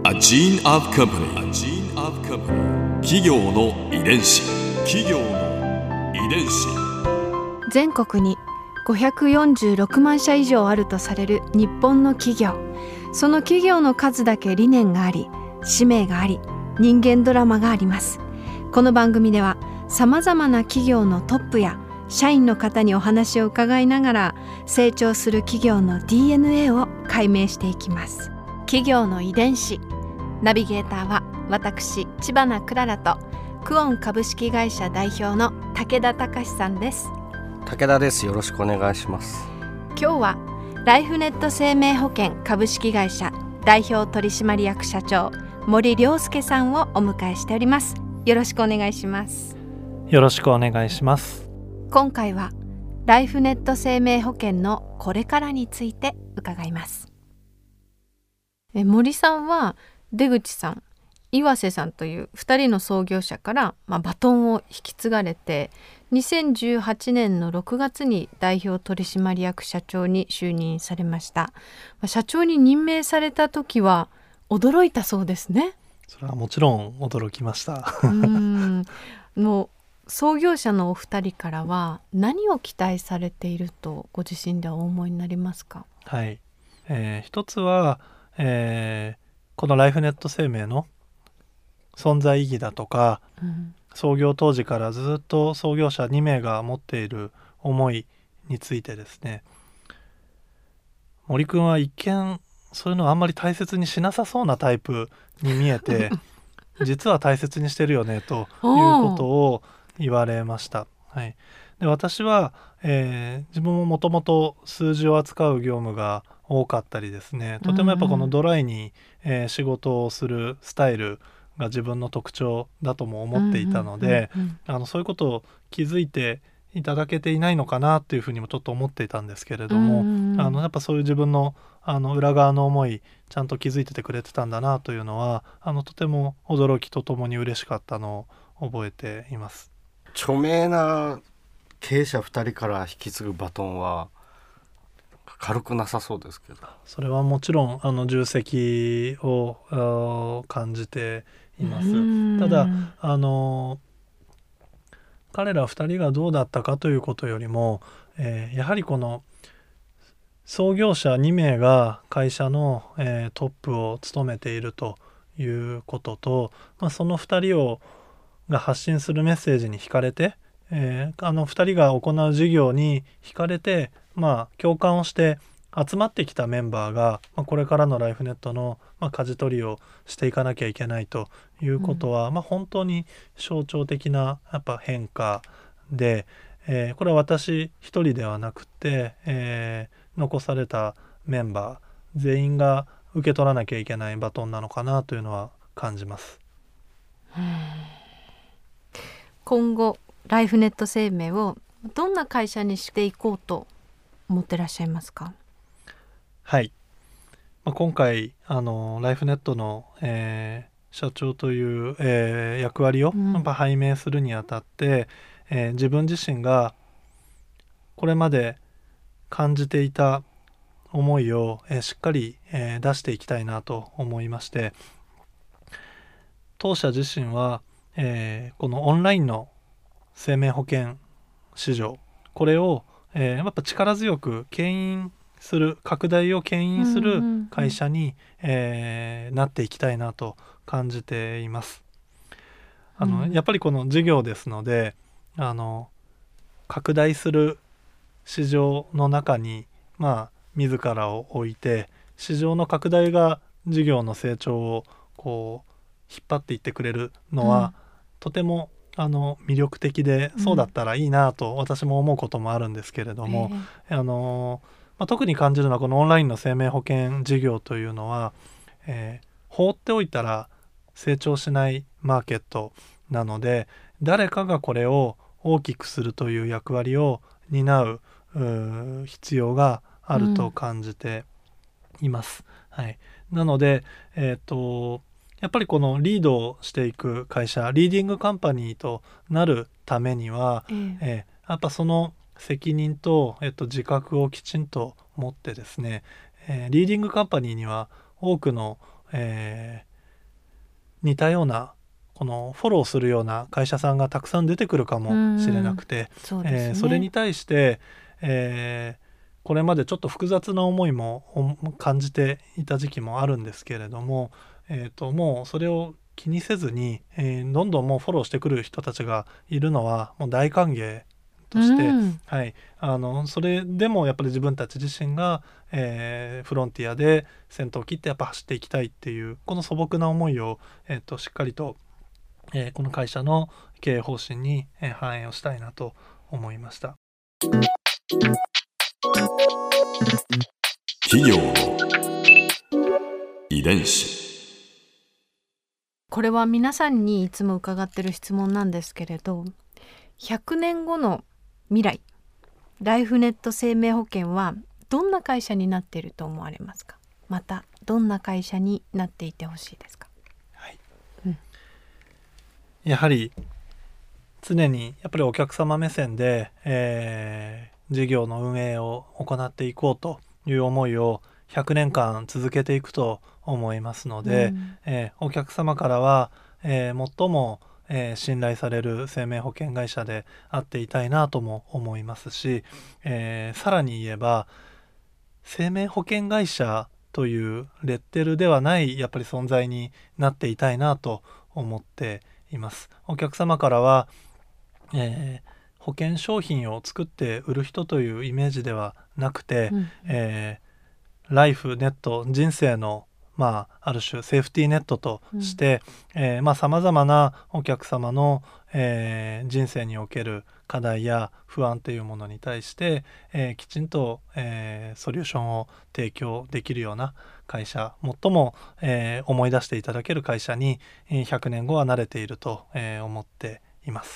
A gene of company. A gene of company. 企業の遺伝子。企業の遺伝子。 全国に546万社以上あるとされる日本の企業。その企業の数だけ理念があり、使命があり、人間ドラマがあります。この番組ではさまざまな企業のトップや社員の方にお話を伺いながら、成長する企業の DNA を解明していきます。企業の遺伝子。ナビゲーターは私、知花くららとクオン株式会社代表の武田隆さんです。 武田です。よろしくお願いします。 今日はライフネット生命保険株式会社代表取締役社長森良介さんをお迎えしております。よろしくお願いします。 よろしくお願いします。 今回はライフネット生命保険のこれからについて伺います。森さんは出口さん、岩瀬さんという2人の創業者から、バトンを引き継がれて、2018年の6月に代表取締役社長に就任されました。社長に任命された時は驚いたそうですね。 それはもちろん驚きましたの創業者のお二人からは何を期待されているとご自身ではお思いになりますか？ はい、一つは、このライフネット生命の存在意義だとか、創業当時からずっと創業者2名が持っている思いについてですね、森くんは一見そういうのをあんまり大切にしなさそうなタイプに見えて実は大切にしてるよねということを言われました。はい、で私は、自分ももともと数字を扱う業務が多かったりですね、とてもやっぱこのドライに、仕事をするスタイルが自分の特徴だとも思っていたので、そういうことを気づいていただけていないのかなというふうにもちょっと思っていたんですけれども、やっぱそういう自分の裏側の思いちゃんと気づいててくれてたんだなというのはとても驚きとともに嬉しかったのを覚えています。 著名な経営者2人から引き継ぐバトンは軽くなさそうですけど、 それはもちろん重責を感じています。ただ彼ら2人がどうだったかということよりも、やはりこの創業者2名が会社の、トップを務めているということと、その2人が発信するメッセージに惹かれて、2人が行う事業に惹かれて、共感をして集まってきたメンバーが、これからのライフネットの、舵取りをしていかなきゃいけないということは、本当に象徴的なやっぱ変化で、これは私一人ではなくて、残されたメンバー全員が受け取らなきゃいけないバトンなのかなというのは感じます。 今後ライフネット生命をどんな会社にしていこうと思ってらっしゃいますか？ はい、今回ライフネットの、社長という、役割をやっぱ拝命するにあたって、自分自身がこれまで感じていた思いを、しっかり、出していきたいなと思いまして、当社自身は、このオンラインの生命保険市場、これを、やっぱ力強く牽引する、拡大を牽引する会社に、なっていきたいなと感じています。やっぱりこの事業ですので拡大する市場の中に自らを置いて、市場の拡大が事業の成長をこう引っ張っていってくれるのは、とても魅力的で、そうだったらいいなと私も思うこともあるんですけれども、特に感じるのはこのオンラインの生命保険事業というのは、放っておいたら成長しないマーケットなので、誰かがこれを大きくするという役割を担う必要があると感じています。はい、なので、やっぱりこのリードをしていく会社、リーディングカンパニーとなるためには、やっぱその責任と、自覚をきちんと持ってですね、リーディングカンパニーには多くの、 似たようなこのフォローするような会社さんがたくさん出てくるかもしれなくて、 そうですね、 それに対して、これまでちょっと複雑な思いも感じていた時期もあるんですけれども、もうそれを気にせずに、どんどんもうフォローしてくる人たちがいるのはもう大歓迎として、はい、それでもやっぱり自分たち自身が、フロンティアで先頭を切ってやっぱ走っていきたいっていうこの素朴な思いを、しっかりと、この会社の経営方針に、反映をしたいなと思いました。 企業の遺伝子。 これは皆さんにいつも伺ってる質問なんですけれど、100年後の未来、ライフネット生命保険はどんな会社になっていると思われますか？またどんな会社になっていてほしいですか？ はい、やはり常にやっぱりお客様目線で、事業の運営を行っていこうという思いを100年間続けていくと思いますので、お客様からは、最も信頼される生命保険会社であっていたいなとも思いますし、さらに言えば生命保険会社というレッテルではないやっぱり存在になっていたいなと思っています。お客様からは、保険商品を作って売る人というイメージではなくて、ライフネット、人生のある種セーフティーネットとして、さまざまなお客様の、人生における課題や不安というものに対して、きちんと、ソリューションを提供できるような会社、最も、思い出していただける会社に100年後は慣れていると、思っています。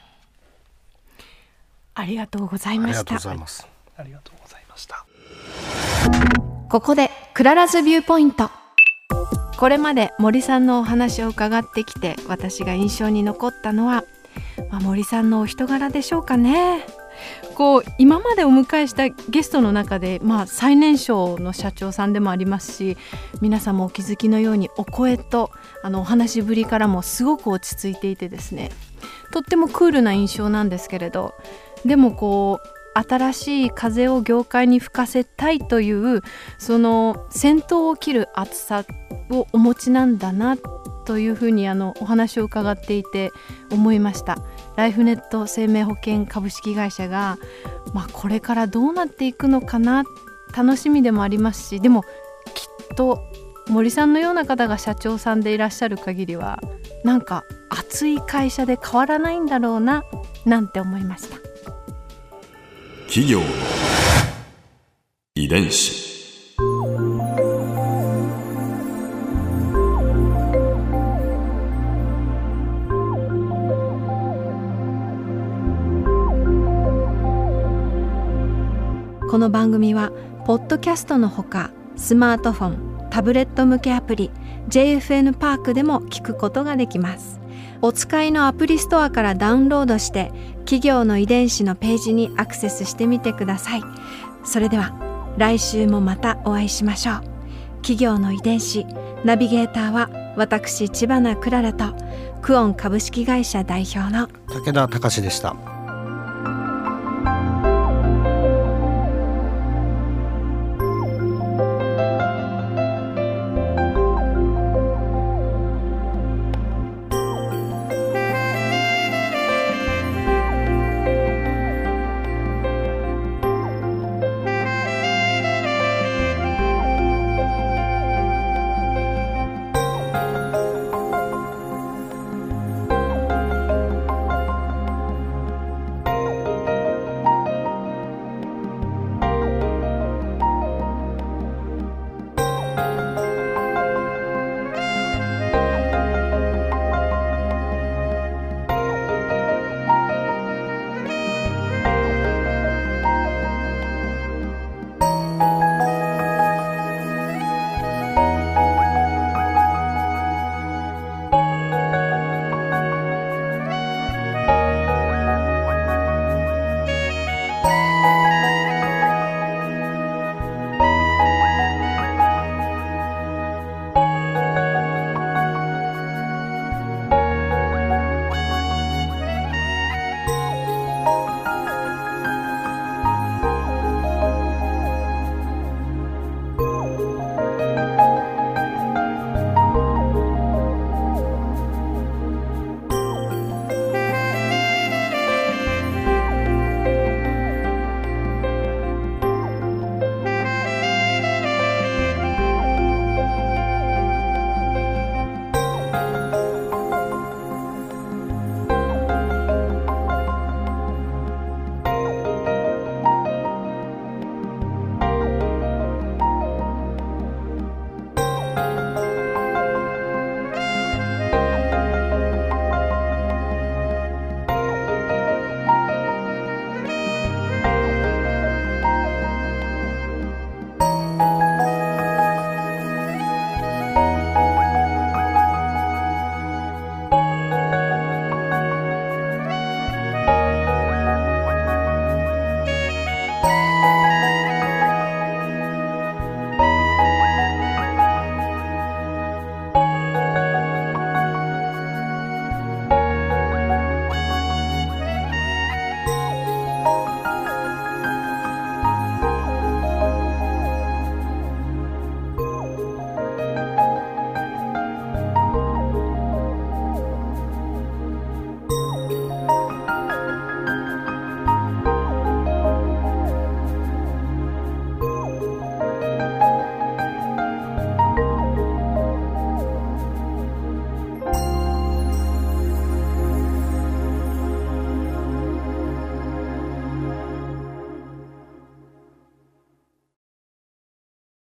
ありがとうございました。 ありがとうございます。 ありがとうございました。 ここでクララズビューポイント。これまで森さんのお話を伺ってきて、私が印象に残ったのは、森さんのお人柄でしょうかね。今までお迎えしたゲストの中で、最年少の社長さんでもありますし、皆さんもお気づきのようにお声とお話ぶりからもすごく落ち着いていてですね、とってもクールな印象なんですけれど、でも新しい風を業界に吹かせたいというその先頭を切る熱さをお持ちなんだなというふうにお話を伺っていて思いました。ライフネット生命保険株式会社が、これからどうなっていくのかな、楽しみでもありますし、でもきっと森さんのような方が社長さんでいらっしゃる限りはなんか熱い会社で変わらないんだろうななんて思いました。 企業の遺伝子。 この番組はポッドキャストのほか、スマートフォン、タブレット向けアプリ JFN パークでも聞くことができます。お使いのアプリストアからダウンロードして企業の遺伝子のページにアクセスしてみてください。それでは来週もまたお会いしましょう。企業の遺伝子、ナビゲーターは私知花くららとクオン株式会社代表の武田隆でした。